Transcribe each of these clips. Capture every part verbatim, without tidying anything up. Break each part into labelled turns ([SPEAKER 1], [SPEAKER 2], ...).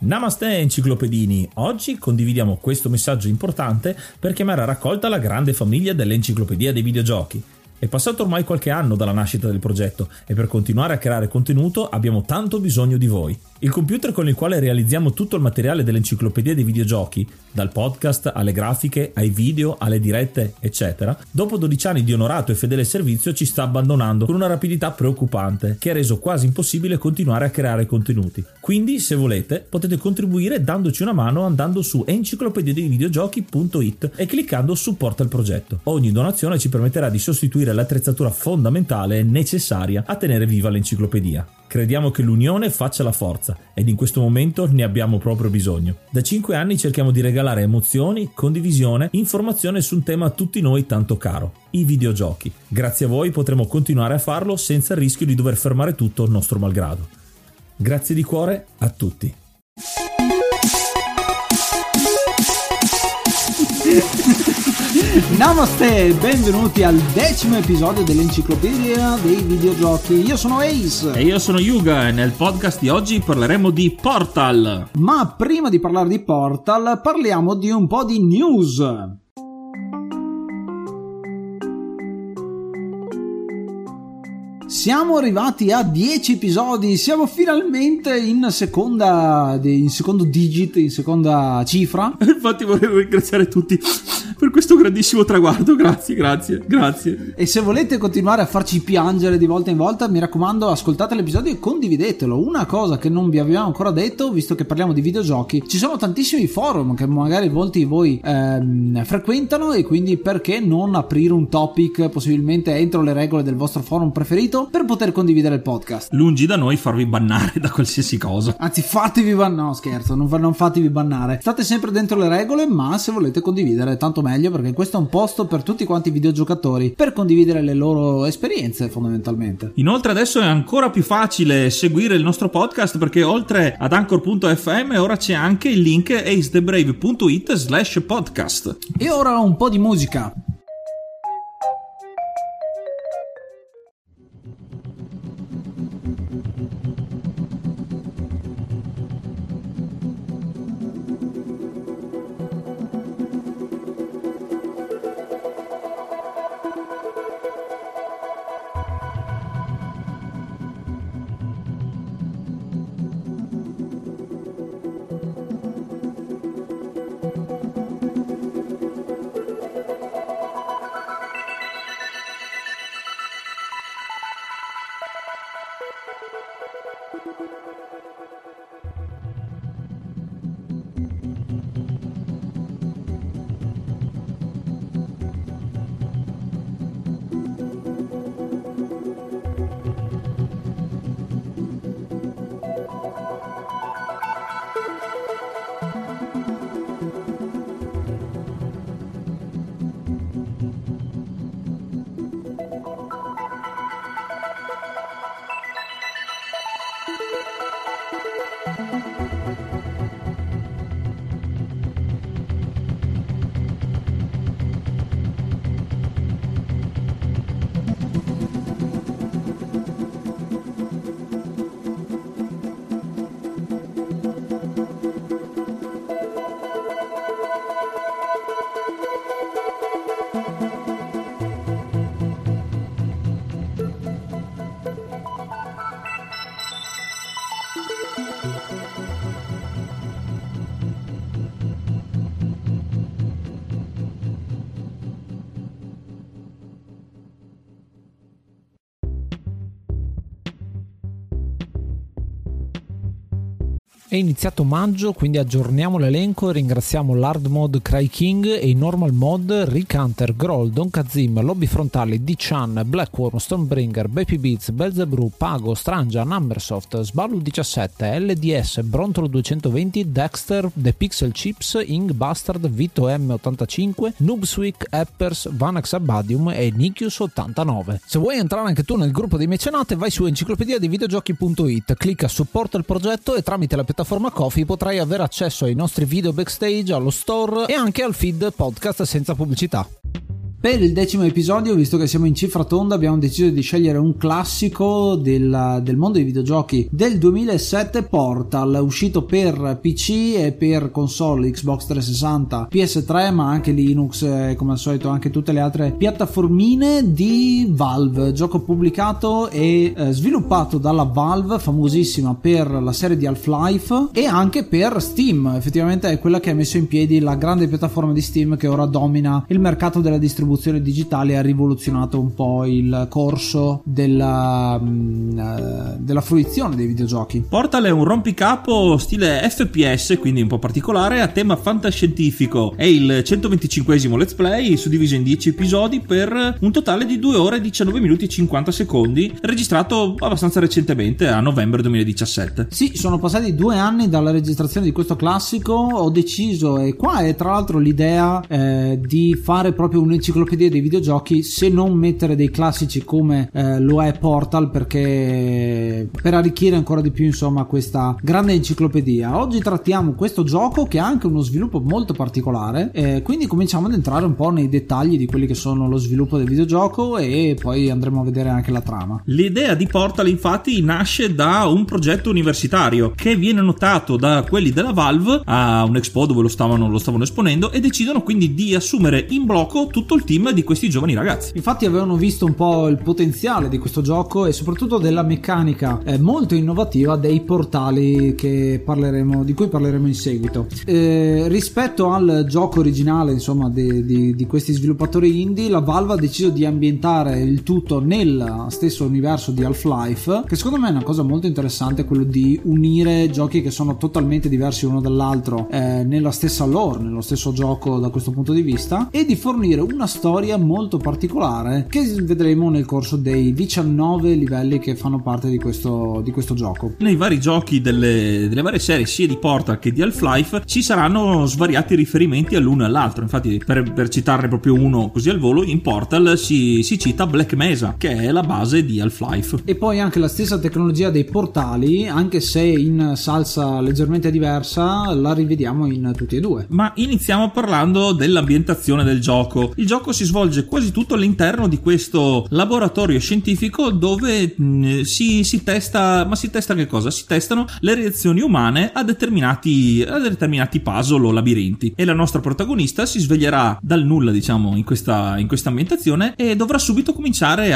[SPEAKER 1] Namaste enciclopedini, oggi condividiamo questo messaggio importante per chiamare a raccolta la grande famiglia dell'Enciclopedia dei Videogiochi. È passato ormai qualche anno dalla nascita del progetto e per continuare a creare contenuto abbiamo tanto bisogno di voi. Il computer con il quale realizziamo tutto il materiale dell'Enciclopedia dei Videogiochi, dal podcast alle grafiche, ai video, alle dirette, eccetera, dopo dodici anni di onorato e fedele servizio ci sta abbandonando con una rapidità preoccupante che ha reso quasi impossibile continuare a creare contenuti. Quindi, se volete, potete contribuire dandoci una mano andando su enciclopedia dei videogiochi punto it e cliccando supporta il progetto. Ogni donazione ci permetterà di sostituire l'attrezzatura fondamentale e necessaria a tenere viva l'enciclopedia. Crediamo che l'unione faccia la forza ed in questo momento ne abbiamo proprio bisogno. Da cinque anni cerchiamo di regalare emozioni, condivisione, informazione su un tema a tutti noi tanto caro, i videogiochi. Grazie a voi potremo continuare a farlo senza il rischio di dover fermare tutto nostro malgrado. Grazie di cuore a tutti.
[SPEAKER 2] Namaste, benvenuti al decimo episodio dell'Enciclopedia dei Videogiochi. Io sono Ace
[SPEAKER 1] e io sono Yuga e nel podcast di oggi parleremo di Portal.
[SPEAKER 2] Ma prima di parlare di Portal parliamo di un po' di news. Siamo arrivati a dieci episodi, siamo finalmente in seconda in secondo digit, in seconda cifra.
[SPEAKER 1] Infatti volevo ringraziare tutti per questo grandissimo traguardo, grazie, grazie, grazie.
[SPEAKER 2] E se volete continuare a farci piangere di volta in volta, mi raccomando, ascoltate l'episodio e condividetelo. Una cosa che non vi abbiamo ancora detto, visto che parliamo di videogiochi, ci sono tantissimi forum che magari molti di voi ehm, frequentano, e quindi perché non aprire un topic possibilmente entro le regole del vostro forum preferito per poter condividere il podcast.
[SPEAKER 1] Lungi da noi farvi bannare da qualsiasi cosa.
[SPEAKER 2] Anzi, fatevi bannare, no scherzo, non, non fatevi bannare. State sempre dentro le regole, ma se volete condividere tanto meglio, perché questo è un posto per tutti quanti i videogiocatori per condividere le loro esperienze fondamentalmente.
[SPEAKER 1] Inoltre adesso è ancora più facile seguire il nostro podcast, perché oltre ad anchor punto effe emme ora c'è anche il link acethebrave punto it slash podcast.
[SPEAKER 2] E ora un po' di musica.
[SPEAKER 3] È iniziato maggio, quindi aggiorniamo l'elenco e ringraziamo l'Hard Mod Cry King e i Normal Mod Rick Hunter, Groll, Don Kazim, Lobby Frontali, D-Chan, Blackworm, Stonebringer, Baby Beats, Belzebrew, Pago, Strangia, Numbersoft, Sballu diciassette, L D S, Brontolo duecentoventi, Dexter, The Pixel Chips, Ing Bastard, Vito M ottantacinque, Noobswick, Eppers, Vanax Abadium e Nikius ottantanove. Se vuoi entrare anche tu nel gruppo dei mecenate, vai su enciclopedia dei videogiochi punto it, clicca supporta il progetto e tramite la piattaforma Ko-fi potrai avere accesso ai nostri video backstage, allo store e anche al feed podcast senza pubblicità.
[SPEAKER 2] Per il decimo episodio, visto che siamo in cifra tonda, abbiamo deciso di scegliere un classico del, del mondo dei videogiochi del duemilasette, Portal, uscito per P C e per console Xbox trecentosessanta, P S tre, ma anche Linux e come al solito anche tutte le altre piattaformine di Valve, gioco pubblicato e eh, sviluppato dalla Valve, famosissima per la serie di Half-Life e anche per Steam. Effettivamente è quella che ha messo in piedi la grande piattaforma di Steam che ora domina il mercato della distribuzione digitale e ha rivoluzionato un po' il corso della, uh, della fruizione dei videogiochi.
[SPEAKER 1] Portal è un rompicapo stile F P S, quindi un po' particolare, a tema fantascientifico. È il centoventicinquesimo Let's Play, suddiviso in dieci episodi per un totale di due ore diciannove minuti e cinquanta secondi, registrato abbastanza recentemente, a novembre duemiladiciassette.
[SPEAKER 2] Sì, sono passati due anni dalla registrazione di questo classico. Ho deciso, e qua è tra l'altro l'idea eh, di fare proprio un'enciclopedia dei videogiochi, se non mettere dei classici come eh, lo è Portal, perché per arricchire ancora di più insomma questa grande enciclopedia. Oggi trattiamo questo gioco che ha anche uno sviluppo molto particolare, eh, quindi cominciamo ad entrare un po' nei dettagli di quelli che sono lo sviluppo del videogioco e poi andremo a vedere anche la trama.
[SPEAKER 1] L'idea di Portal infatti nasce da un progetto universitario che viene notato da quelli della Valve a un expo dove lo stavano, lo stavano esponendo, e decidono quindi di assumere in blocco tutto il team di questi giovani ragazzi.
[SPEAKER 2] Infatti avevano visto un po' il potenziale di questo gioco e soprattutto della meccanica eh, molto innovativa dei portali che parleremo, di cui parleremo in seguito. Eh, rispetto al gioco originale insomma di, di, di questi sviluppatori indie, la Valve ha deciso di ambientare il tutto nel stesso universo di Half-Life, che secondo me è una cosa molto interessante, quello di unire giochi che sono totalmente diversi uno dall'altro eh, nella stessa lore, nello stesso gioco da questo punto di vista, e di fornire una storia molto particolare che vedremo nel corso dei diciannove livelli che fanno parte di questo, di questo gioco.
[SPEAKER 1] Nei vari giochi delle, delle varie serie sia di Portal che di Half-Life ci saranno svariati riferimenti all'uno e all'altro. Infatti per, per citarne proprio uno così al volo, in Portal si, si cita Black Mesa, che è la base di Half-Life,
[SPEAKER 2] e poi anche la stessa tecnologia dei portali, anche se in salsa leggermente diversa, la rivediamo in tutti e due.
[SPEAKER 1] Ma iniziamo parlando dell'ambientazione del gioco. Il gioco si svolge quasi tutto all'interno di questo laboratorio scientifico dove mh, si, si testa, ma si testa che cosa? Si testano le reazioni umane a determinati, a determinati puzzle o labirinti, e la nostra protagonista si sveglierà dal nulla, diciamo, in questa, in questa ambientazione, e dovrà subito cominciare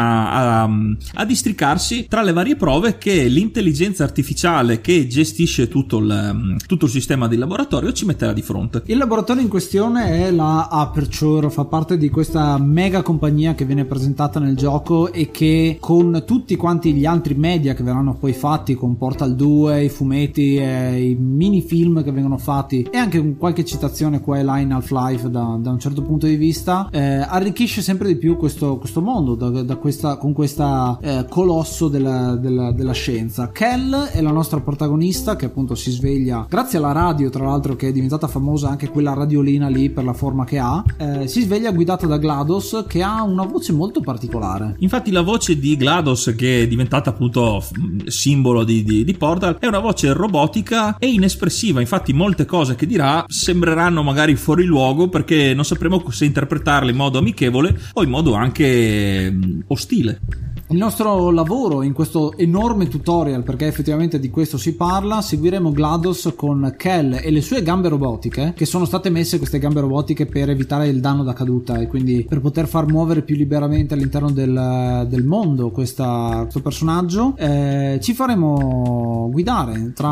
[SPEAKER 1] a, a, a districarsi tra le varie prove che l'intelligenza artificiale che gestisce tutto il, tutto il sistema del laboratorio ci metterà di fronte.
[SPEAKER 2] Il laboratorio in questione è la Aperture, fa parte di questa mega compagnia che viene presentata nel gioco e che, con tutti quanti gli altri media che verranno poi fatti, con Portal due, i fumetti e i mini film che vengono fatti, e anche con qualche citazione qua e là in Half-Life da, da un certo punto di vista, eh, arricchisce sempre di più questo, questo mondo da, da questa, con questa eh, colosso della, della, della scienza. Kel è la nostra protagonista, che appunto si sveglia grazie alla radio, tra l'altro, che è diventata famosa anche quella radiolina lì per la forma che ha. Eh, si sveglia guidata da GLaDOS, che ha una voce molto particolare.
[SPEAKER 1] Infatti la voce di GLaDOS, che è diventata appunto simbolo di, di, di Portal, è una voce robotica e inespressiva. Infatti molte cose che dirà sembreranno magari fuori luogo, perché non sapremo se interpretarle in modo amichevole o in modo anche ostile.
[SPEAKER 2] Il nostro lavoro in questo enorme tutorial, perché effettivamente di questo si parla, seguiremo GLaDOS con Kel e le sue gambe robotiche, che sono state messe, queste gambe robotiche, per evitare il danno da caduta e quindi per poter far muovere più liberamente all'interno del, del mondo questa, questo personaggio. Eh, ci faremo guidare tra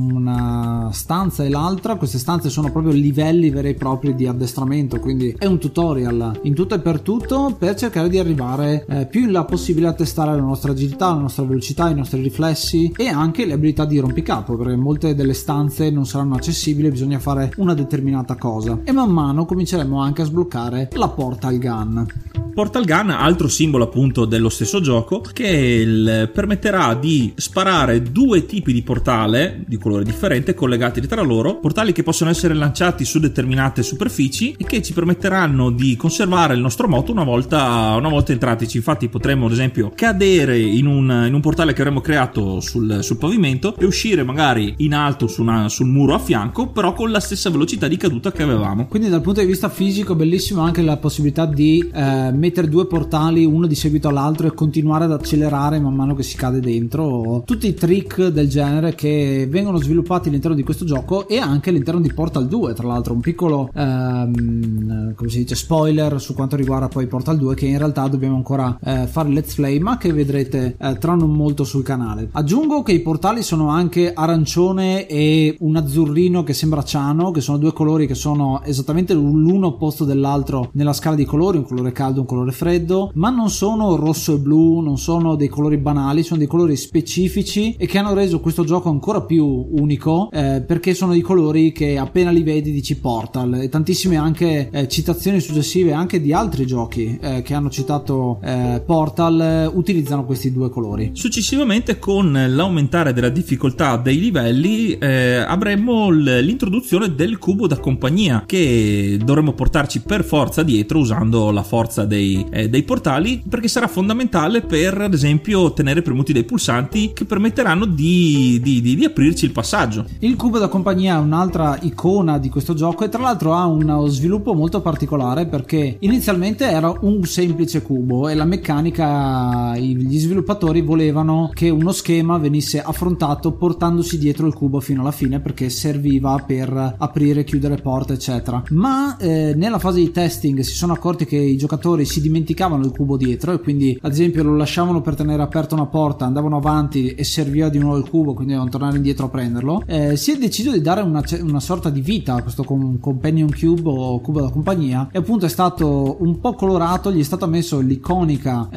[SPEAKER 2] una stanza e l'altra. Queste stanze sono proprio livelli veri e propri di addestramento, quindi è un tutorial in tutto e per tutto per cercare di arrivare eh, più in là possibile a testare la nostra agilità, la nostra velocità, i nostri riflessi e anche le abilità di rompicapo, perché molte delle stanze non saranno accessibili, bisogna fare una determinata cosa, e man mano cominceremo anche a sbloccare la Portal Gun.
[SPEAKER 1] Portal Gun, altro simbolo appunto dello stesso gioco, che il, permetterà di sparare due tipi di portale di colore differente collegati tra loro, portali che possono essere lanciati su determinate superfici e che ci permetteranno di conservare il nostro moto una volta, una volta entratici. Infatti potremmo ad esempio cadere in un, in un portale che avremo creato sul, sul pavimento e uscire magari in alto su una, sul muro a fianco, però con la stessa velocità di caduta che avevamo.
[SPEAKER 2] Quindi dal punto di vista fisico bellissimo anche la possibilità di eh, mettere due portali uno di seguito all'altro e continuare ad accelerare man mano che si cade dentro. Tutti i trick del genere che vengono sviluppati all'interno di questo gioco e anche all'interno di Portal due, tra l'altro un piccolo ehm, come si dice spoiler su quanto riguarda poi Portal due, che in realtà dobbiamo ancora eh, fare let's play, ma che vedrete eh, tra non molto sul canale. Aggiungo che i portali sono anche arancione e un azzurrino che sembra ciano, che sono due colori che sono esattamente l'uno opposto dell'altro nella scala di colori, un colore caldo, un colore freddo, ma non sono rosso e blu, non sono dei colori banali, sono dei colori specifici e che hanno reso questo gioco ancora più unico eh, perché sono i colori che appena li vedi dici Portal, e tantissime anche eh, citazioni successive anche di altri giochi eh, che hanno citato eh, Portal eh, utilizzano questi due colori.
[SPEAKER 1] Successivamente, con l'aumentare della difficoltà dei livelli, eh, avremo l'introduzione del cubo da compagnia che dovremo portarci per forza dietro usando la forza dei, eh, dei portali, perché sarà fondamentale per ad esempio tenere premuti dei pulsanti che permetteranno di, di, di, di aprirci il passaggio.
[SPEAKER 2] Il cubo da compagnia è un'altra icona di questo gioco e tra l'altro ha uno sviluppo molto particolare, perché inizialmente era un semplice cubo e la meccanica, gli sviluppatori volevano che uno schema venisse affrontato portandosi dietro il cubo fino alla fine, perché serviva per aprire e chiudere porte eccetera, ma eh, nella fase di testing si sono accorti che i giocatori si dimenticavano il cubo dietro e quindi ad esempio lo lasciavano per tenere aperta una porta, andavano avanti e serviva di nuovo il cubo, quindi dovevano tornare indietro a prenderlo. Eh, si è deciso di dare una, una sorta di vita a questo companion cube o cubo da compagnia e appunto è stato un po' colorato, gli è stato messo l'iconica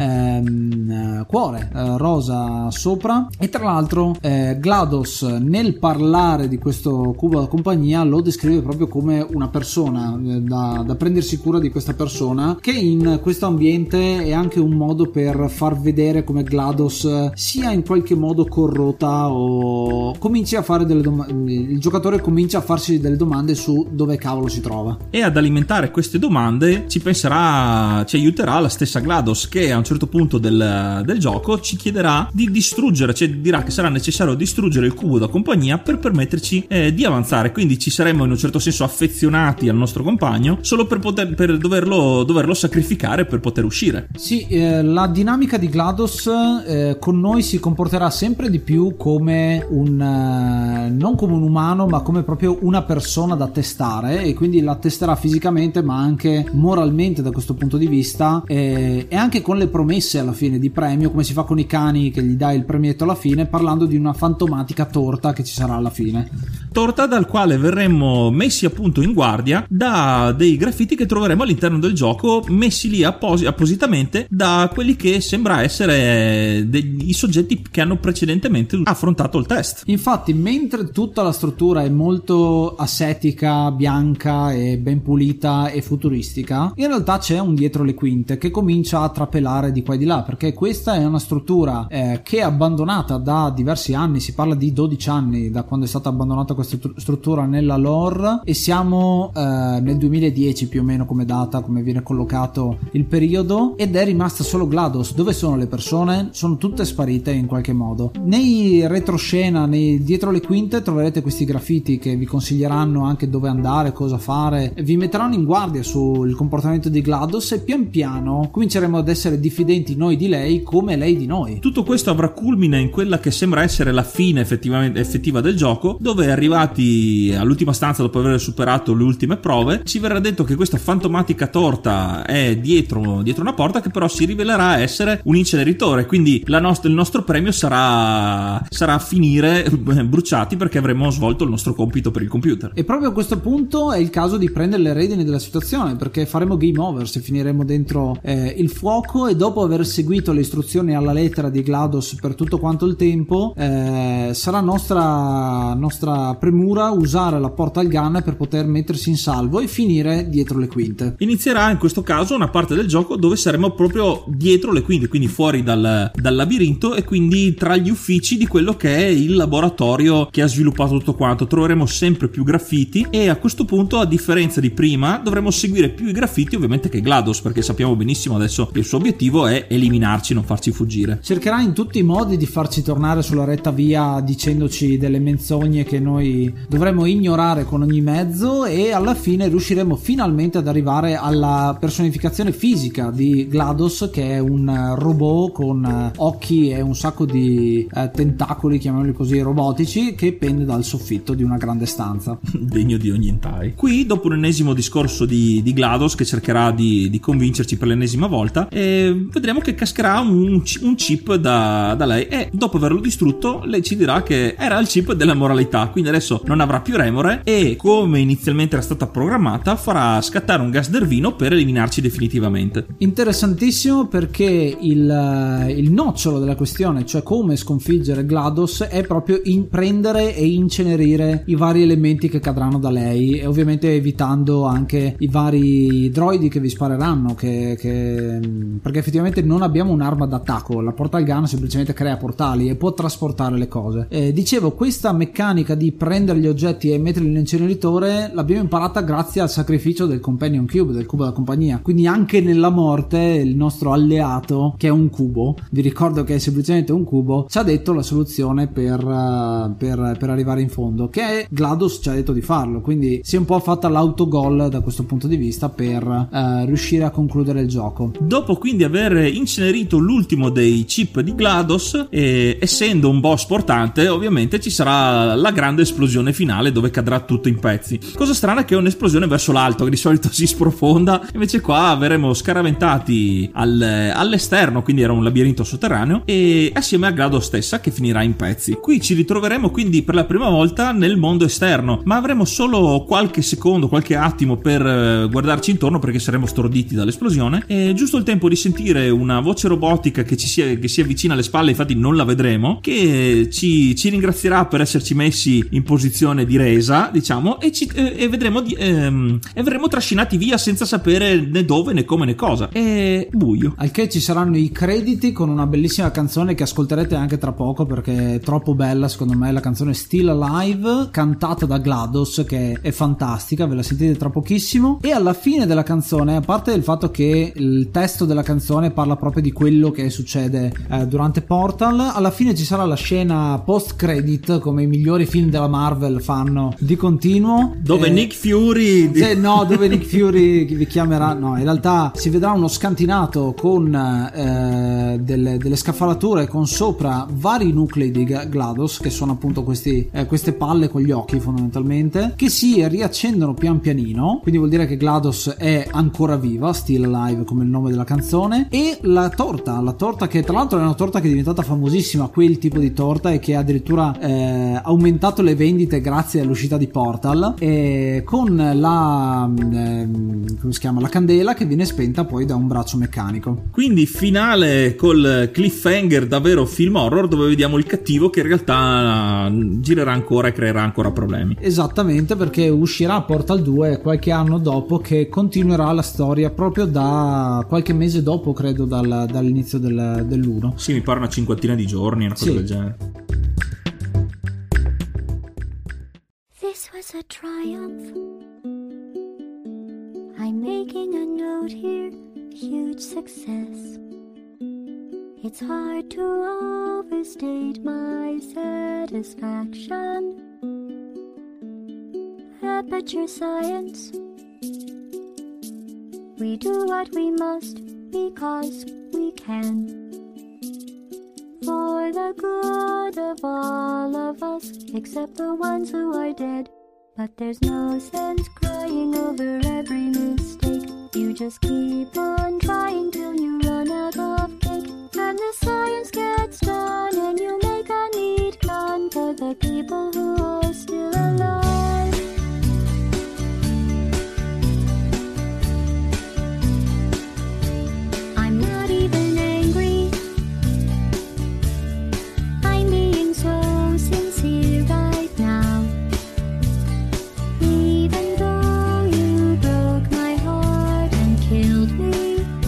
[SPEAKER 2] ehm, cuore eh, rosa sopra e tra l'altro eh, GLaDOS nel parlare di questo cubo da compagnia lo descrive proprio come una persona eh, da, da prendersi cura di questa persona, che in questo ambiente è anche un modo per far vedere come GLaDOS sia in qualche modo corrotta o cominci a fare delle domande, il giocatore comincia a farsi delle domande su dove cavolo si trova,
[SPEAKER 1] e ad alimentare queste domande ci penserà, ci aiuterà la stessa GLaDOS, che a un certo punto del, del gioco ci chiederà di distruggere, cioè dirà che sarà necessario distruggere il cubo da compagnia per permetterci eh, di avanzare, quindi ci saremmo in un certo senso affezionati al nostro compagno solo per poter per doverlo, doverlo sacrificare per poter uscire.
[SPEAKER 2] Sì, eh, la dinamica di GLaDOS eh, con noi si comporterà sempre di più come un eh, non come un umano ma come proprio una persona da testare, e quindi la testerà fisicamente ma anche moralmente da questo punto di vista eh, e anche con le promesse alla fine di premio, come si fa con i cani che gli dai il premietto alla fine, parlando di una fantomatica torta che ci sarà alla fine,
[SPEAKER 1] torta dal quale verremo messi appunto in guardia da dei graffiti che troveremo all'interno del gioco, messi lì appos- appositamente da quelli che sembra essere degli soggetti che hanno precedentemente affrontato il test.
[SPEAKER 2] Infatti, mentre tutta la struttura è molto asetica, bianca e ben pulita e futuristica, in realtà c'è un dietro le quinte che comincia a trapelare di qua e di là, perché questa è una struttura eh, che è abbandonata da diversi anni, si parla di dodici anni da quando è stata abbandonata questa struttura nella lore, e siamo eh, nel duemiladieci più o meno come data, come viene collocato il periodo, ed è rimasta solo GLaDOS. Dove sono le persone? Sono tutte sparite in qualche modo. Nei retroscena, nei dietro le quinte troverete questi graffiti che vi consiglieranno anche dove andare, cosa fare, vi metteranno in guardia sul comportamento di GLaDOS e pian piano cominceremo ad essere diffidenti noi di lei come lei di noi.
[SPEAKER 1] Tutto questo avrà culmine in quella che sembra essere la fine effettivamente effettiva del gioco, dove arrivati all'ultima stanza dopo aver superato le ultime prove ci verrà detto che questa fantomatica torta è dietro, dietro una porta, che però si rivelerà essere un inceneritore, quindi la nostra, il nostro premio sarà, sarà a finire bruciati perché avremo svolto il nostro compito per il computer.
[SPEAKER 2] E proprio a questo punto è il caso di prendere le redini della situazione, perché faremo game over se finiremo dentro eh, il fuoco, e dopo aver seguito le istruzioni alla lettera di GLaDOS per tutto quanto il tempo eh, sarà nostra, nostra premura usare la Portal Gun per poter mettersi in salvo e finire dietro le quinte.
[SPEAKER 1] Inizierà in questo caso una parte parte del gioco dove saremo proprio dietro le quinte, quindi fuori dal, dal labirinto, e quindi tra gli uffici di quello che è il laboratorio che ha sviluppato tutto quanto. Troveremo sempre più graffiti e a questo punto, a differenza di prima, dovremo seguire più i graffiti ovviamente che GLaDOS, perché sappiamo benissimo adesso che il suo obiettivo è eliminarci, non farci fuggire.
[SPEAKER 2] Cercherà in tutti i modi di farci tornare sulla retta via dicendoci delle menzogne che noi dovremmo ignorare con ogni mezzo, e alla fine riusciremo finalmente ad arrivare alla personificazione fisica di GLaDOS, che è un robot con occhi e un sacco di eh, tentacoli, chiamiamoli così, robotici, che pende dal soffitto di una grande stanza.
[SPEAKER 1] Degno di ogni hentai. Qui, dopo un ennesimo discorso di, di GLaDOS che cercherà di, di convincerci per l'ennesima volta, eh, vedremo che cascherà un, un chip da, da lei, e dopo averlo distrutto lei ci dirà che era il chip della moralità, quindi adesso non avrà più remore e, come inizialmente era stata programmata, farà scattare un gas nervino per eliminarci definitivamente.
[SPEAKER 2] Interessantissimo, perché il, il nocciolo della questione, cioè come sconfiggere GLaDOS, è proprio in prendere e incenerire i vari elementi che cadranno da lei, e ovviamente evitando anche i vari droidi che vi spareranno, che, che perché effettivamente non abbiamo un'arma d'attacco, la portal gun semplicemente crea portali e può trasportare le cose. Eh, dicevo, questa meccanica di prendere gli oggetti e metterli nell'inceneritore l'abbiamo imparata grazie al sacrificio del Companion Cube, del cubo della compagnia, quindi anche nella morte il nostro alleato, che è un cubo, vi ricordo che è semplicemente un cubo, ci ha detto la soluzione per, uh, per, per arrivare in fondo, che è GLaDOS ci ha detto di farlo, quindi si è un po' fatta l'autogol da questo punto di vista per uh, riuscire a concludere il gioco.
[SPEAKER 1] Dopo quindi aver incenerito l'ultimo dei chip di GLaDOS, e essendo un boss portante, ovviamente ci sarà la grande esplosione finale dove cadrà tutto in pezzi. Cosa strana che è un'esplosione verso l'alto, che di solito si sprofonda, invece qua verremo scaraventati al, all'esterno, quindi era un labirinto sotterraneo, e assieme a GLaDOS stessa che finirà in pezzi. Qui ci ritroveremo quindi per la prima volta nel mondo esterno, ma avremo solo qualche secondo, qualche attimo per guardarci intorno, perché saremo storditi dall'esplosione, e giusto il tempo di sentire una voce robotica che ci si, che si avvicina alle spalle, infatti non la vedremo, che ci, ci ringrazierà per esserci messi in posizione di resa, diciamo, e, ci, e, e vedremo di, ehm, e verremo trascinati via senza sapere né dove né come né cosa. E buio.
[SPEAKER 2] Al che ci saranno i crediti con una bellissima canzone che ascolterete anche tra poco, perché è troppo bella secondo me, la canzone Still Alive, cantata da GLaDOS, che è fantastica, ve la sentite tra pochissimo. E alla fine della canzone, a parte il fatto che il testo della canzone parla proprio di quello che succede eh, durante Portal, alla fine ci sarà la scena post credit, come i migliori film della Marvel fanno di continuo,
[SPEAKER 1] dove
[SPEAKER 2] eh,
[SPEAKER 1] Nick Fury di...
[SPEAKER 2] sì, no dove Nick Fury vi chiamerà, no, in realtà si vedrà uno scantinato con eh, delle, delle scaffalature con sopra vari nuclei di GLaDOS, che sono appunto questi, eh, queste palle con gli occhi fondamentalmente, che si riaccendono pian pianino, quindi vuol dire che GLaDOS è ancora viva, Still Alive come il nome della canzone. E la torta, la torta che tra l'altro è una torta che è diventata famosissima, quel tipo di torta, e che ha addirittura eh, aumentato le vendite grazie all'uscita di Portal, e con la eh, come si chiama, la candela che viene spenta poi da un braccio meccanico.
[SPEAKER 1] Quindi finale col cliffhanger davvero film horror, dove vediamo il cattivo che in realtà girerà ancora e creerà ancora problemi.
[SPEAKER 2] Esattamente, perché uscirà Portal due qualche anno dopo, che continuerà la storia proprio da qualche mese dopo, credo, dal, dall'inizio del, dell'uno.
[SPEAKER 1] Sì, mi pare una cinquantina di giorni, una cosa
[SPEAKER 2] sì.
[SPEAKER 1] del genere.
[SPEAKER 4] This was a triumph. I'm making a note here, huge success. It's hard to overstate my satisfaction. Aperture science. We do what we must because we can. For the good of all of us, except the ones who are dead. But there's no sense crying over every mistake. You just keep on trying till you run out of cake. And the science gets done and you make a neat gun for the people who are still alive. I'm not even angry. I'm being so sincere right now. Even though you broke my heart and killed me,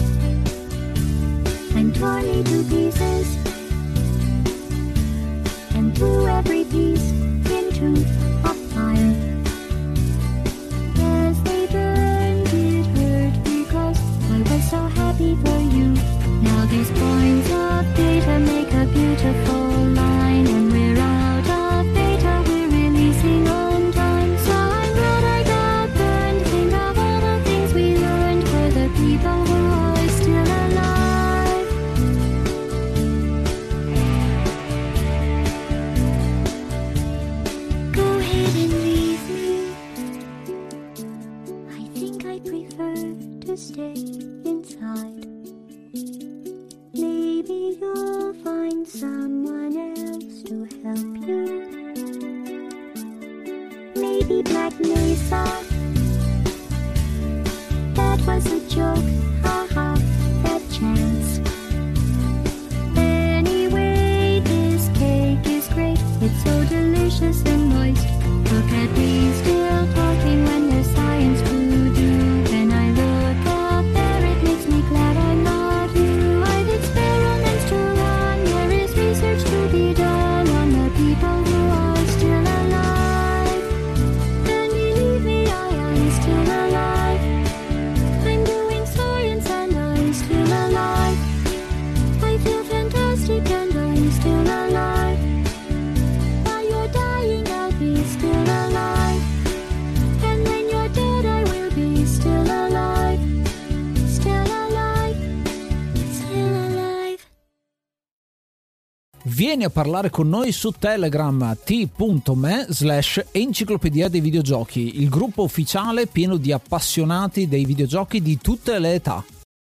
[SPEAKER 4] stay inside. Maybe you'll find someone else to help you. Maybe Black Mesa. That was a joke, haha, that chance. Anyway, this cake is great. It's so delicious and moist. Look at me still talking when there's science to do. When I look up there, it makes me glad I'm not you. I've experiments to run. There is research to be done on the people who are still alive. And believe me, I am still alive. I'm doing science and I'm still alive. I feel fantastic and I'm still alive. While you're dying, I'll be still alive. And when you're dead, I will be still alive. Still alive. Still alive.
[SPEAKER 3] Vieni a parlare con noi su Telegram, t.me slash enciclopedia dei videogiochi, il gruppo ufficiale pieno di appassionati dei videogiochi di tutte le età.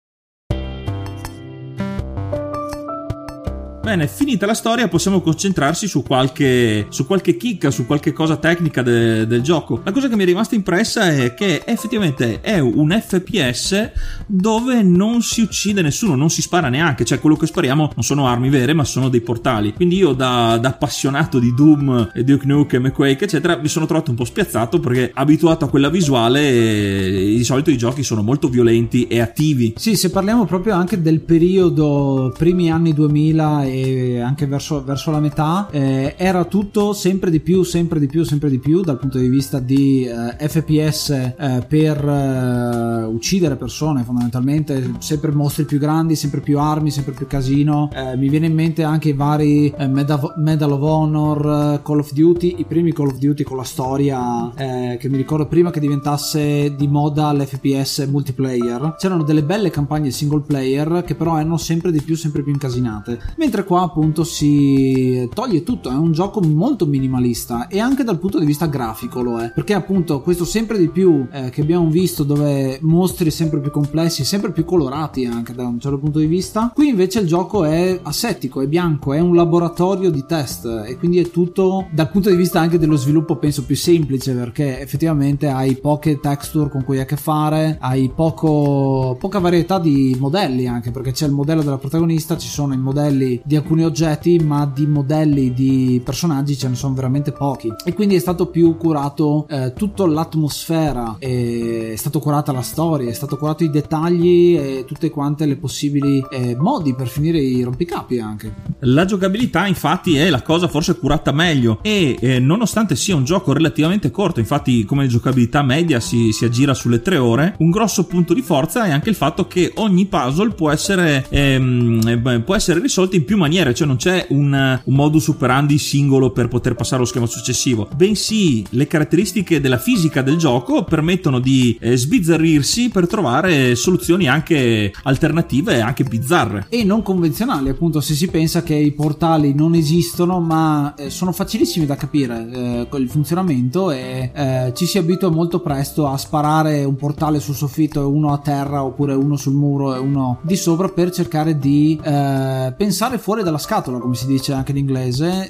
[SPEAKER 1] Bene, finita la storia possiamo concentrarsi su qualche su qualche chicca, su qualche cosa tecnica de, del gioco. La cosa che mi è rimasta impressa è che effettivamente è un F P S dove non si uccide nessuno, non si spara neanche, cioè quello che spariamo non sono armi vere ma sono dei portali. Quindi io da, da appassionato di Doom e Duke Nukem e Quake eccetera mi sono trovato un po' spiazzato perché abituato a quella visuale e di solito i giochi sono molto violenti e attivi.
[SPEAKER 2] Sì, se parliamo proprio anche del periodo primi anni duemila e anche verso, verso la metà, eh, era tutto sempre di più, sempre di più, sempre di più dal punto di vista di eh, F P S eh, per eh, uccidere persone, fondamentalmente sempre mostri più grandi, sempre più armi, sempre più casino. Eh, mi viene in mente anche i vari eh, Medal, Medal of Honor, Call of Duty, i primi Call of Duty con la storia eh, che mi ricordo prima che diventasse di moda l'F P S multiplayer. C'erano delle belle campagne single player che però erano sempre di più, sempre più incasinate, mentre qua appunto si toglie tutto. È un gioco molto minimalista e anche dal punto di vista grafico lo è, perché appunto questo sempre di più eh, che abbiamo visto, dove mostri sempre più complessi, sempre più colorati anche da un certo punto di vista, qui invece il gioco è asettico, è bianco, è un laboratorio di test e quindi è tutto dal punto di vista anche dello sviluppo penso più semplice, perché effettivamente hai poche texture con cui hai a che fare, hai poco poca varietà di modelli, anche perché c'è il modello della protagonista, ci sono i modelli di alcuni oggetti, ma di modelli di personaggi ce ne sono veramente pochi, e quindi è stato più curato eh, tutta l'atmosfera, è stato curata la storia, è stato curato i dettagli e tutte quante le possibili eh, modi per finire i rompicapi anche.
[SPEAKER 1] La giocabilità infatti è la cosa forse curata meglio e eh, nonostante sia un gioco relativamente corto, infatti come giocabilità media si, si aggira sulle tre ore, un grosso punto di forza è anche il fatto che ogni puzzle può essere ehm, può essere risolto in più maniere, cioè non c'è un, un modus operandi singolo per poter passare allo schema successivo, bensì le caratteristiche della fisica del gioco permettono di eh, sbizzarrirsi per trovare soluzioni anche alternative e anche bizzarre
[SPEAKER 2] e non convenzionali, appunto, se si pensa che i portali non esistono ma eh, sono facilissimi da capire eh, il funzionamento e eh, ci si abitua molto presto a sparare un portale sul soffitto e uno a terra, oppure uno sul muro e uno di sopra, per cercare di eh, pensare fuori dalla scatola, come si dice anche in inglese,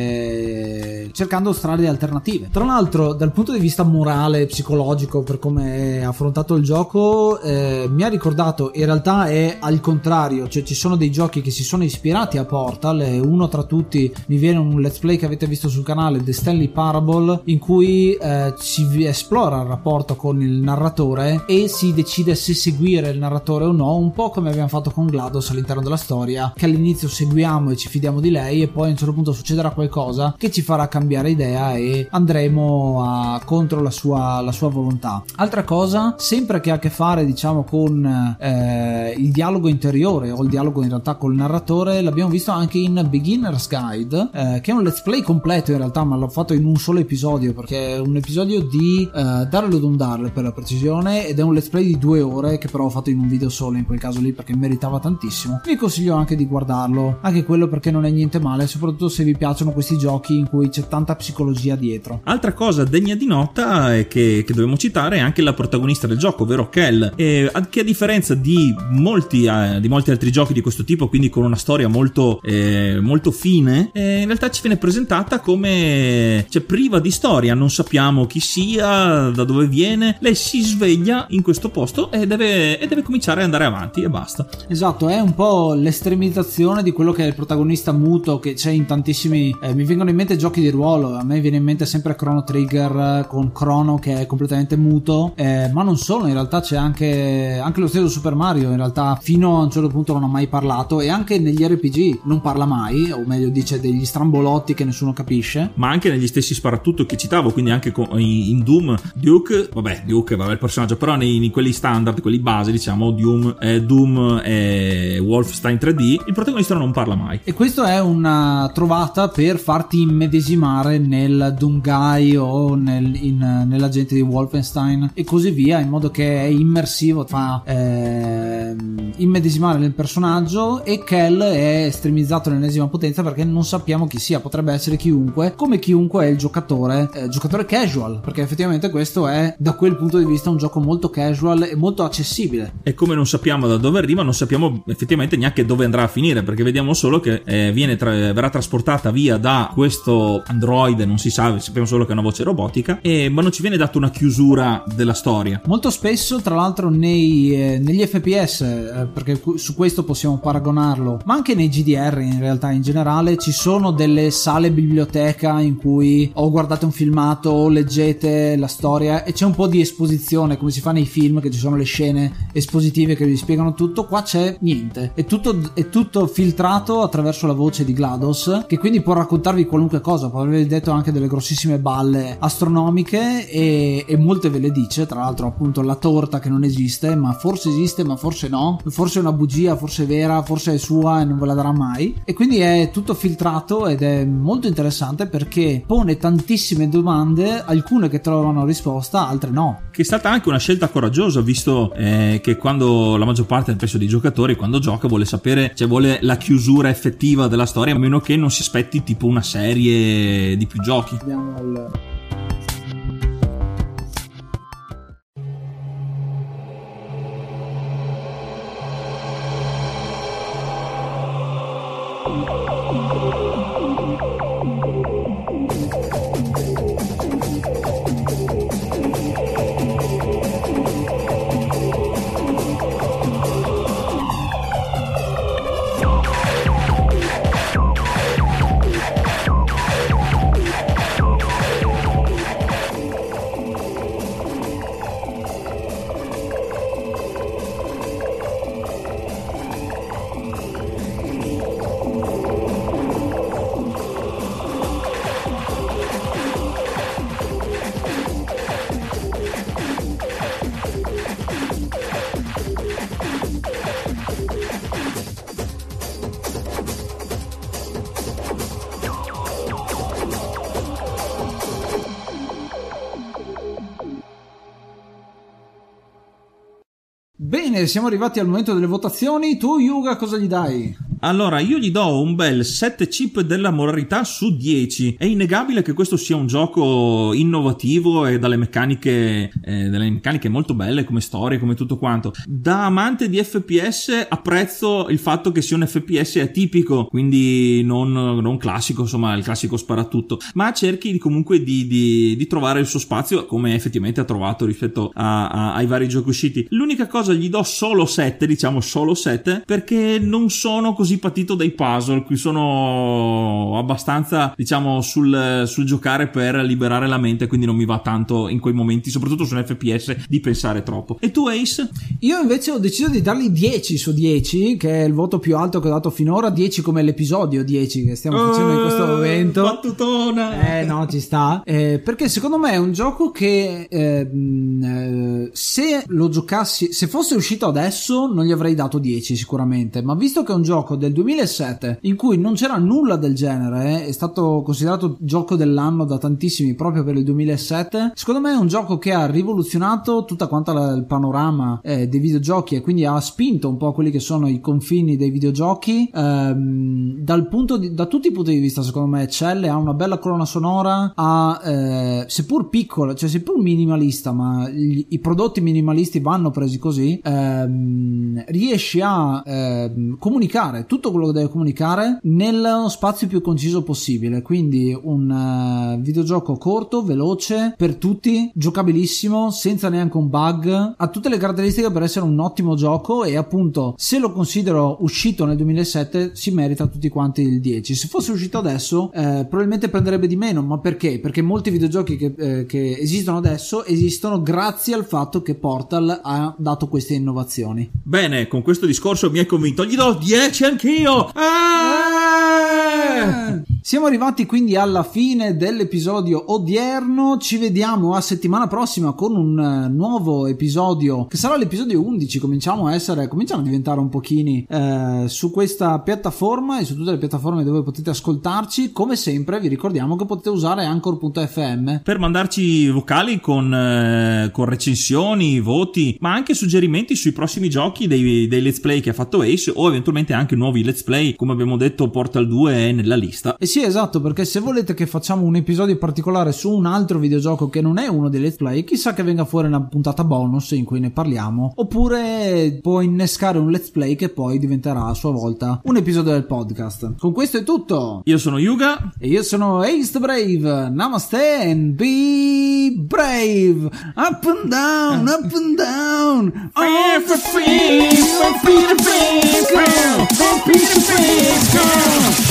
[SPEAKER 2] e cercando strade alternative. Tra l'altro, dal punto di vista morale e psicologico, per come è affrontato il gioco, eh, mi ha ricordato, in realtà è al contrario, cioè ci sono dei giochi che si sono ispirati a Portal, e uno tra tutti mi viene un let's play che avete visto sul canale, The Stanley Parable, in cui eh, si esplora il rapporto con il narratore e si decide se seguire il narratore o no, un po' come abbiamo fatto con GLaDOS all'interno della storia, che all'inizio seguiamo e ci fidiamo di lei e poi a un certo punto succederà qualcosa che ci farà cambiare idea e andremo a, contro la sua, la sua volontà. Altra cosa, sempre che ha a che fare diciamo con eh, il dialogo interiore o il dialogo in realtà col narratore, l'abbiamo visto anche in Beginner's Guide, eh, che è un let's play completo in realtà, ma l'ho fatto in un solo episodio perché è un episodio di eh, Darle o non darle per la precisione, ed è un let's play di due ore che però ho fatto in un video solo in quel caso lì perché meritava tantissimo. Vi consiglio anche di guardarlo quello, anche quello perché non è niente male, soprattutto se vi piacciono questi giochi in cui c'è tanta psicologia dietro.
[SPEAKER 1] Altra cosa degna di nota è che, che dobbiamo citare è anche la protagonista del gioco, ovvero Kel, eh, che a differenza di molti, eh, di molti altri giochi di questo tipo, quindi con una storia molto, eh, molto fine, eh, in realtà ci viene presentata come, cioè, priva di storia, non sappiamo chi sia, da dove viene, lei si sveglia in questo posto e deve, e deve cominciare ad andare avanti e basta.
[SPEAKER 2] Esatto, è un po' l'estremizzazione di quello che è il protagonista muto che c'è in tantissimi, eh, mi vengono in mente giochi di ruolo, a me viene in mente sempre Chrono Trigger con Chrono che è completamente muto, eh, ma non solo, in realtà c'è anche, anche lo stesso Super Mario, in realtà fino a un certo punto non ha mai parlato, e anche negli R P G non parla mai, o meglio dice degli strambolotti che nessuno capisce.
[SPEAKER 1] Ma anche negli stessi sparatutto che citavo, quindi anche in Doom, Duke, vabbè Duke vabbè il personaggio, però nei, in quelli standard, quelli base diciamo, Doom, eh, Doom e Wolfenstein tre D, il protagonista non parla mai.
[SPEAKER 2] E questo è una trovata per farti immedesimare nel Doomguy o nel, in, nell'agente di Wolfenstein e così via, in modo che è immersivo, fa eh, immedesimare nel personaggio. E Kel è estremizzato all'ennesima potenza perché non sappiamo chi sia, potrebbe essere chiunque, come chiunque è il giocatore, eh, giocatore casual, perché effettivamente questo è da quel punto di vista un gioco molto casual e molto accessibile.
[SPEAKER 1] E come non sappiamo da dove arriva, non sappiamo effettivamente neanche dove andrà a finire, perché vediamo solo che eh, viene tra- verrà trasportata via da questo androide, non si sa, sappiamo solo che è una voce robotica, e, ma non ci viene data una chiusura della storia.
[SPEAKER 2] Molto spesso, tra l'altro, nei, eh, negli F P S, eh, perché su questo possiamo paragonarlo, ma anche nei G D R in realtà in generale, ci sono delle sale biblioteca in cui o guardate un filmato o leggete la storia e c'è un po' di esposizione, come si fa nei film, che ci sono le scene espositive che vi spiegano tutto. Qua c'è niente, è tutto, è tutto filtrato attraverso la voce di GLaDOS, che quindi può raccontarvi qualunque cosa, può avervi detto anche delle grossissime balle astronomiche, e, e molte ve le dice, tra l'altro appunto la torta che non esiste, ma forse esiste ma forse no, forse è una bugia, forse è vera, forse è sua e non ve la darà mai, e quindi è tutto filtrato ed è molto interessante perché pone tantissime domande, alcune che trovano risposta, altre no.
[SPEAKER 1] Che è stata anche una scelta coraggiosa, visto eh, che quando la maggior parte penso dei giocatori quando gioca vuole sapere, cioè vuole la chiusura effettiva della storia, a meno che non si aspetti tipo una serie di più giochi.
[SPEAKER 2] Vediamo il... Bene, siamo arrivati al momento delle votazioni. Tu, Yuga, cosa gli dai?
[SPEAKER 1] Allora, io gli do un bel sette chip della moralità su dieci. È innegabile che questo sia un gioco innovativo e dalle meccaniche eh, delle meccaniche molto belle, come storie, come tutto quanto. Da amante di F P S apprezzo il fatto che sia un F P S atipico, quindi non, non classico, insomma il classico sparatutto, ma cerchi di, comunque di, di, di trovare il suo spazio, come effettivamente ha trovato rispetto a, a, ai vari giochi usciti. L'unica cosa, gli do solo sette, diciamo solo sette, perché non sono così patito dai puzzle, qui sono abbastanza, diciamo, sul, sul giocare per liberare la mente, quindi non mi va tanto in quei momenti, soprattutto su un F P S, di pensare troppo. E tu, Ace?
[SPEAKER 2] Io invece ho deciso di dargli dieci su dieci, che è il voto più alto che ho dato finora, dieci come l'episodio dieci che stiamo uh, facendo in questo momento.
[SPEAKER 1] Battutona!
[SPEAKER 2] Eh no, ci sta. Eh, perché secondo me è un gioco che eh, eh, se lo giocassi, se fosse uscito adesso non gli avrei dato dieci sicuramente, ma visto che è un gioco del duemilasette in cui non c'era nulla del genere, è stato considerato gioco dell'anno da tantissimi proprio per il duemilasette. Secondo me è un gioco che ha rivoluzionato tutta quanta la, il panorama eh, dei videogiochi e quindi ha spinto un po' quelli che sono i confini dei videogiochi ehm, dal punto di, da tutti i punti di vista. Secondo me eccelle, ha una bella colonna sonora, ha eh, seppur piccola, cioè seppur minimalista, ma gli, i prodotti minimalisti vanno presi così, ehm, riesce a ehm, comunicare tutto quello che deve comunicare nello spazio più conciso possibile, quindi un uh, videogioco corto, veloce, per tutti, giocabilissimo, senza neanche un bug, ha tutte le caratteristiche per essere un ottimo gioco e appunto se lo considero uscito nel duemilasette si merita tutti quanti il dieci. Se fosse uscito adesso eh, probabilmente prenderebbe di meno, ma perché? Perché molti videogiochi che, eh, che esistono adesso esistono grazie al fatto che Portal ha dato queste innovazioni.
[SPEAKER 1] Bene, con questo discorso mi hai convinto, gli do dieci anch'io. Ah!
[SPEAKER 2] Siamo arrivati quindi alla fine dell'episodio odierno, ci vediamo a settimana prossima con un uh, nuovo episodio che sarà l'episodio undici. Cominciamo a essere, cominciano a diventare un pochini eh, su questa piattaforma e su tutte le piattaforme dove potete ascoltarci. Come sempre vi ricordiamo che potete usare anchor punto effe emme
[SPEAKER 1] per mandarci vocali con, eh, con recensioni, voti, ma anche suggerimenti sui prossimi giochi dei, dei let's play che ha fatto Ace, o eventualmente anche nuovi let's play. Come abbiamo detto, Portal due è nella lista.
[SPEAKER 2] E sì, esatto, perché se volete che facciamo un episodio particolare su un altro videogioco che non è uno dei let's play, chissà che venga fuori una puntata bonus in cui ne parliamo, oppure può innescare un let's play che poi diventerà a sua volta un episodio del podcast. Con questo è tutto.
[SPEAKER 1] Io sono Yuga
[SPEAKER 2] e io sono Ace the Brave. Namaste and be brave. Up and down, up and down. Oh, for free, for free to be, for free to be,